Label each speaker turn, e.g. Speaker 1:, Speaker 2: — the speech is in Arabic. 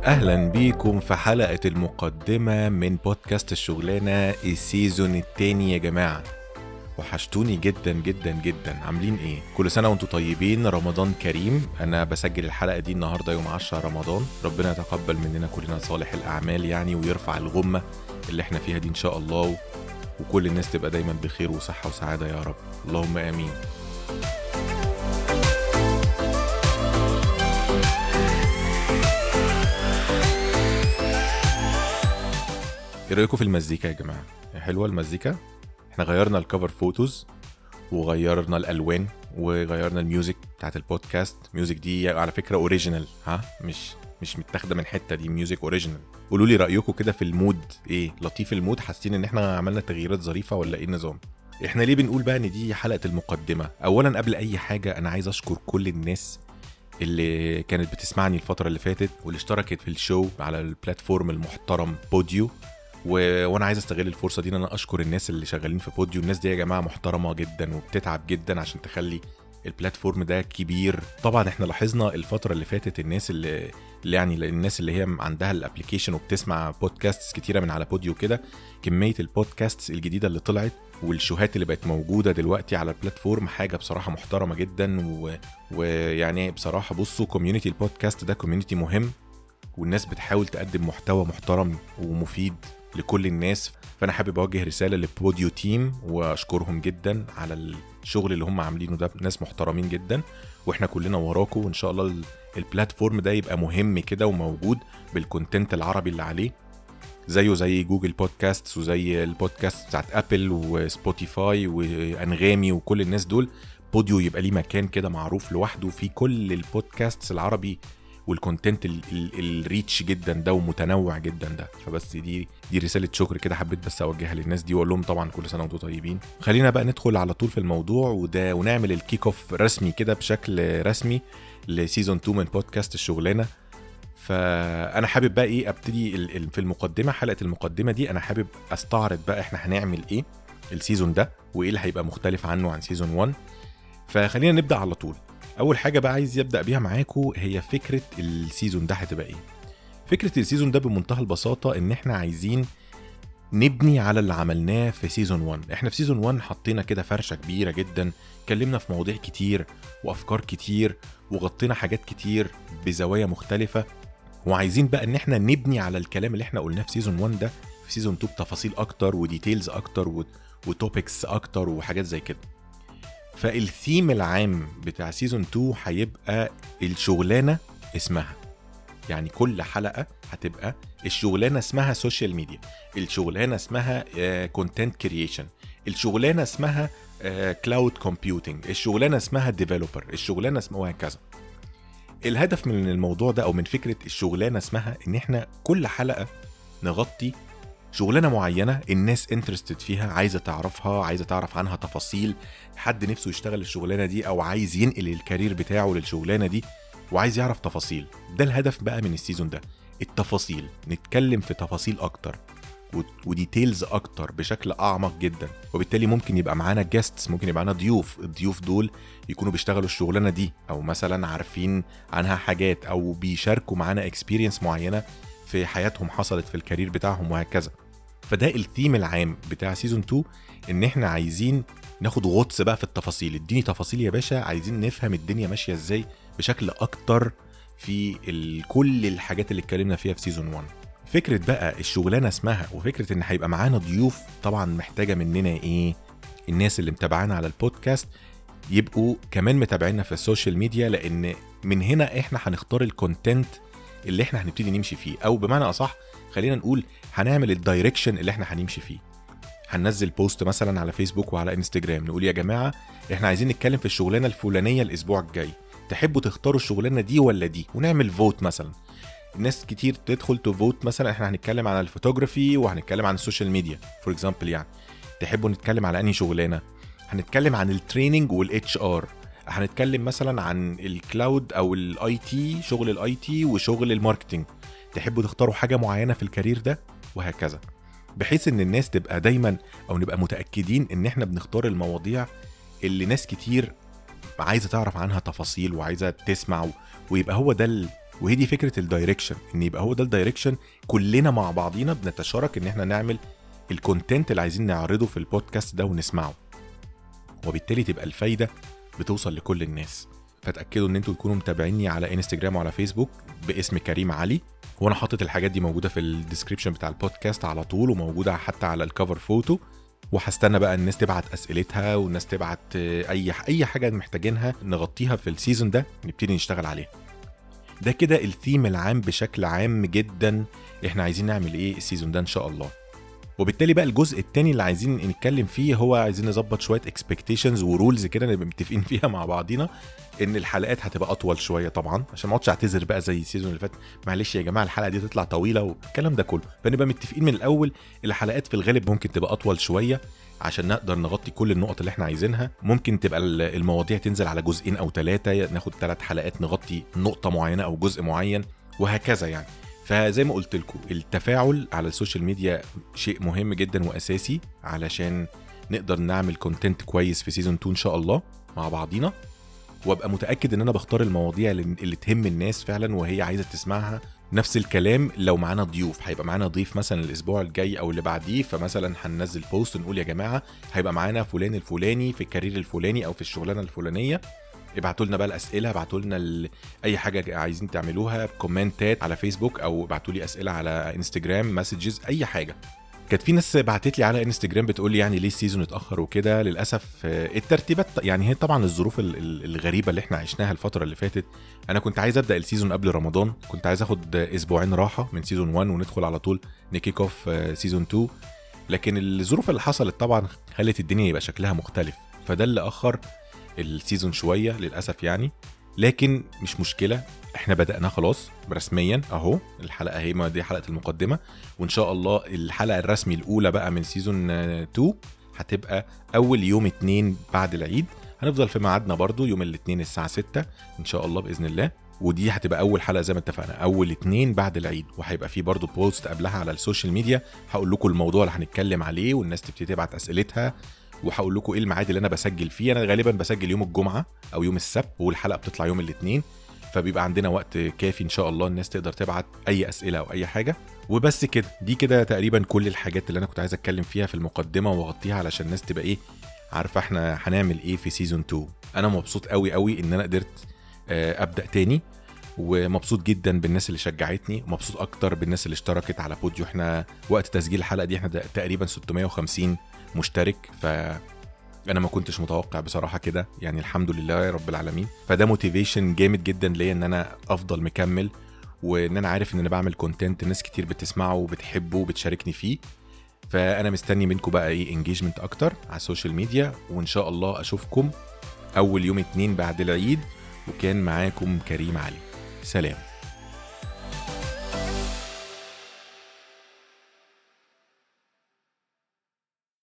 Speaker 1: أهلا بيكم في حلقة المقدمة من بودكاست الشغلانة السيزون التاني يا جماعة. وحشتوني جدا جدا جدا. عاملين ايه؟ كل سنة وانتم طيبين، رمضان كريم. انا بسجل الحلقة دي النهاردة يوم 10 رمضان. ربنا يتقبل مننا كلنا صالح الأعمال يعني، ويرفع الغمة اللي احنا فيها دي ان شاء الله، وكل الناس تبقى دايما بخير وصحة وسعادة يا رب، اللهم آمين. ايه رأيكم في المزيكا يا جماعة؟ حلوة المزيكا؟ احنا غيرنا الكفر فوتوز وغيرنا الالوان وغيرنا الميوزك بتاعت البودكاست. ميوزك دي على فكره اوريجينال، مش متاخده من حته، دي ميوزك اوريجينال. قولوا لي رايكم كده في المود، ايه لطيف المود؟ حاسين ان احنا عملنا تغييرات ظريفه ولا ايه النظام؟ احنا ليه بنقول بقى ان دي حلقه المقدمه؟ اولا قبل اي حاجه انا عايز اشكر كل الناس اللي كانت بتسمعني الفتره اللي فاتت واللي اشتركت في الشو على البلاتفورم المحترم بوديو. وانا عايز استغل الفرصه دي ان انا اشكر الناس اللي شغالين في بوديو. الناس دي يا جماعه محترمه جدا وبتتعب جدا عشان تخلي البلاتفورم ده كبير. طبعا احنا لاحظنا الفتره اللي فاتت الناس اللي يعني الناس اللي هي عندها الابليكيشن وبتسمع بودكاستس كتيره من على بوديو كده، كميه البودكاستس الجديده اللي طلعت والشوهات اللي بقت موجوده دلوقتي على البلاتفورم حاجه بصراحه محترمه جدا. ويعني بصراحه بصوا، كوميونتي البودكاست ده كوميونتي مهم، والناس بتحاول تقدم محتوى محترم ومفيد لكل الناس. فأنا حابب أوجه رسالة للبوديو تيم وأشكرهم جدا على الشغل اللي هم عاملينه ده. ناس محترمين جدا وإحنا كلنا وراكم، وإن شاء الله البلاتفورم ده يبقى مهم كده وموجود بالكونتنت العربي اللي عليه، زيه زي جوجل بودكاست وزي البودكاست بتاعت أبل وسبوتيفاي وأنغامي وكل الناس دول. بوديو يبقى ليه مكان كده معروف لوحده في كل البودكاست العربي، والكونتنت الريتش جدا ده ومتنوع جدا ده. فبس دي رسالة شكر كده حبيت بس اوجهها للناس دي، واقول لهم طبعا كل سنة وانتم طيبين. خلينا بقى ندخل على طول في الموضوع وده، ونعمل الكيك اوف رسمي كده بشكل رسمي لسيزون 2 من بودكاست الشغلانة. فانا حابب بقى ايه ابتدي في المقدمة. حلقة المقدمة دي انا حابب استعرض بقى احنا هنعمل ايه السيزون ده وايه اللي هيبقى مختلف عنه عن سيزون 1. فخلينا نبدأ على طول. اول حاجه بقى عايز يبدا بيها معاكم هي فكره السيزون ده هتبقى ايه. فكره السيزون ده بمنتهى البساطه ان احنا عايزين نبني على اللي عملناه في سيزون 1. احنا في سيزون 1 حطينا كده فرشه كبيره جدا، اتكلمنا في مواضيع كتير وافكار كتير وغطينا حاجات كتير بزوايا مختلفه، وعايزين بقى ان احنا نبني على الكلام اللي احنا قلناه في سيزون 1 ده في سيزون 2 بتفاصيل اكتر وديتيلز اكتر وتوبكس اكتر وحاجات زي كده. فالثيم العام بتاع سيزون 2 هيبقى الشغلانة اسمها، يعني كل حلقة هتبقى الشغلانة اسمها سوشيال ميديا، الشغلانة اسمها كونتنت كرييشن، الشغلانة اسمها كلاود كومبيوتنج، الشغلانة اسمها ديفلوبر، الشغلانة اسمها وهكذا. الهدف من الموضوع ده او من فكرة الشغلانة اسمها ان احنا كل حلقة نغطي شغلانة معينة الناس انترستد فيها، عايزة تعرفها، عايزة تعرف عنها تفاصيل، حد نفسه يشتغل الشغلانة دي او عايز ينقل الكارير بتاعه للشغلانة دي وعايز يعرف تفاصيل. ده الهدف بقى من السيزون ده، التفاصيل، نتكلم في تفاصيل اكتر وديتيلز اكتر بشكل اعمق جدا. وبالتالي ممكن يبقى معانا جاستس، ممكن يبقى معانا ضيوف، الضيوف دول يكونوا بيشتغلوا الشغلانة دي او مثلا عارفين عنها حاجات او بيشاركوا معانا اكسبيرينس معينة في حياتهم حصلت في الكارير بتاعهم وهكذا. فده الثيم العام بتاع سيزون 2، ان احنا عايزين ناخد غطس بقى في التفاصيل. اديني تفاصيل يا باشا، عايزين نفهم الدنيا ماشية ازاي بشكل اكتر في كل الحاجات اللي اتكلمنا فيها في سيزون 1. فكرة بقى الشغلانة اسمها وفكرة ان هيبقى معانا ضيوف طبعا محتاجة مننا ايه؟ الناس اللي متابعانا على البودكاست يبقوا كمان متابعينا في السوشيال ميديا، لان من هنا احنا هنختار الكونتنت اللي احنا هنبتدي نمشي فيه، او بمعنى اصح خلينا نقول هنعمل الدايركشن اللي احنا هنمشي فيه. هننزل بوست مثلا على فيسبوك وعلى انستجرام نقول يا جماعة احنا عايزين نتكلم في الشغلانة الفلانية الاسبوع الجاي، تحبوا تختاروا الشغلانة دي ولا دي؟ ونعمل فوت مثلا. الناس كتير تدخل تفوت مثلا احنا هنتكلم عن الفوتوغرافي وهنتكلم عن السوشيال ميديا فور اكزامبل، يعني تحبوا نتكلم على انهي شغلانة؟ هنتكلم عن التريننج والاتش ار، هنتكلم مثلا عن الكلاود او الاي تي، شغل الاي تي وشغل الماركتينج، تحبوا تختاروا حاجة معينة في الكارير ده وهكذا. بحيث ان الناس تبقى دايما او نبقى متأكدين ان احنا بنختار المواضيع اللي ناس كتير عايزة تعرف عنها تفاصيل وعايزة تسمع، ويبقى هو ده وهي دي فكره الدايركشن، ان يبقى هو ده الدايركشن، كلنا مع بعضينا بنتشارك ان احنا نعمل الكونتنت اللي عايزين نعرضه في البودكاست ده ونسمعه، وبالتالي تبقى الفايده بتوصل لكل الناس. فتاكدوا ان انتوا تكونوا متابعيني على انستجرام وعلى فيسبوك باسم كريم علي، وانا حاطط الحاجات دي موجوده في الديسكريبشن بتاع البودكاست على طول، وموجوده حتى على الكفر فوتو. وهستنى بقى الناس تبعت اسئلتها، والناس تبعت اي حاجه محتاجينها نغطيها في السيزون ده، نبتدي نشتغل عليها. ده كده الثيم العام بشكل عام جدا، احنا عايزين نعمل ايه السيزون ده ان شاء الله. وبالتالي بقى الجزء التاني اللي عايزين نتكلم فيه هو عايزين نظبط شويه اكسبكتيشنز ورولز كده نبقى متفقين فيها مع بعضينا، ان الحلقات هتبقى اطول شويه طبعا، عشان ما اقعدش اعتذر بقى زي السيزون اللي فات، معلش يا جماعه الحلقه دي تطلع طويله والكلام ده كله. فنبقى متفقين من الاول الحلقات في الغالب ممكن تبقى اطول شويه عشان نقدر نغطي كل النقط اللي احنا عايزينها. ممكن تبقى المواضيع تنزل على جزئين او 3، ناخد 3 حلقات نغطي نقطه معينه او جزء معين وهكذا يعني. فزي ما قلت لكم التفاعل على السوشيال ميديا شيء مهم جدا واساسي علشان نقدر نعمل كونتنت كويس في سيزون 2 ان شاء الله مع بعضينا، وابقى متاكد ان انا بختار المواضيع اللي تهم الناس فعلا وهي عايزه تسمعها. نفس الكلام لو معانا ضيوف، هيبقى معانا ضيف مثلا الاسبوع الجاي او اللي بعديه، فمثلا هننزل بوست نقول يا جماعه هيبقى معانا فلان الفلاني في الكارير الفلاني او في الشغلانه الفلانيه، ابعتوا لنا بقى الاسئله، ابعتوا لنا اي حاجه عايزين تعملوها بكومنتات على فيسبوك، او ابعتوا لي اسئله على انستجرام مسجز، اي حاجه. كانت في ناس بعتت لي على انستجرام بتقول لي يعني ليه السيزون اتاخر وكده. للاسف الترتيبات يعني هي طبعا الظروف الغريبه اللي احنا عشناها الفتره اللي فاتت. انا كنت عايز ابدا السيزون قبل رمضان، كنت عايز اخد اسبوعين راحه من سيزون 1 وندخل على طول نكيك اوف سيزون 2، لكن الظروف اللي حصلت طبعا خلت الدنيا يبقى شكلها مختلف، فده اللي اخر السيزون شويه للاسف يعني. لكن مش مشكله، احنا بدأنا خلاص رسميا اهو. الحلقه هي ما دي حلقه المقدمه، وان شاء الله الحلقه الرسمي الاولى بقى من سيزون 2 هتبقى اول يوم 2 بعد العيد. هنفضل في ميعادنا برضو يوم الاثنين الساعه 6 ان شاء الله باذن الله، ودي هتبقى اول حلقه زي ما اتفقنا اول 2 بعد العيد. وهيبقى في برضو بوست قبلها على السوشيال ميديا هقول لكم الموضوع اللي هنتكلم عليه، والناس تبتدي تبعت اسئلتها، وهقول لكم ايه الميعاد اللي انا بسجل فيه. انا غالبا بسجل يوم الجمعه او يوم السبت، والحلقه بتطلع يوم الاثنين، فبيبقى عندنا وقت كافي ان شاء الله الناس تقدر تبعت اي اسئله او اي حاجه. وبس كده، دي كده تقريبا كل الحاجات اللي انا كنت عايز اتكلم فيها في المقدمه واغطيها علشان الناس تبقى ايه عارفه احنا هنعمل ايه في سيزون 2. انا مبسوط قوي قوي ان انا قدرت ابدا تاني، ومبسوط جدا بالناس اللي شجعتني، ومبسوط اكتر بالناس اللي اشتركت على بوديو. احنا وقت تسجيل الحلقه دي احنا تقريبا 650 مشترك، انا ما كنتش متوقع بصراحه كده يعني، الحمد لله يا رب العالمين. فده موتيفيشن جامد جدا ليا ان انا افضل مكمل، وان انا عارف ان انا بعمل كونتنت ناس كتير بتسمعه وبتحبه وبتشاركني فيه. فانا مستني منكم بقى ايه انجيجمنت اكتر على السوشيال ميديا، وان شاء الله اشوفكم اول يوم 2 بعد العيد. وكان معاكم كريم علي، سلام.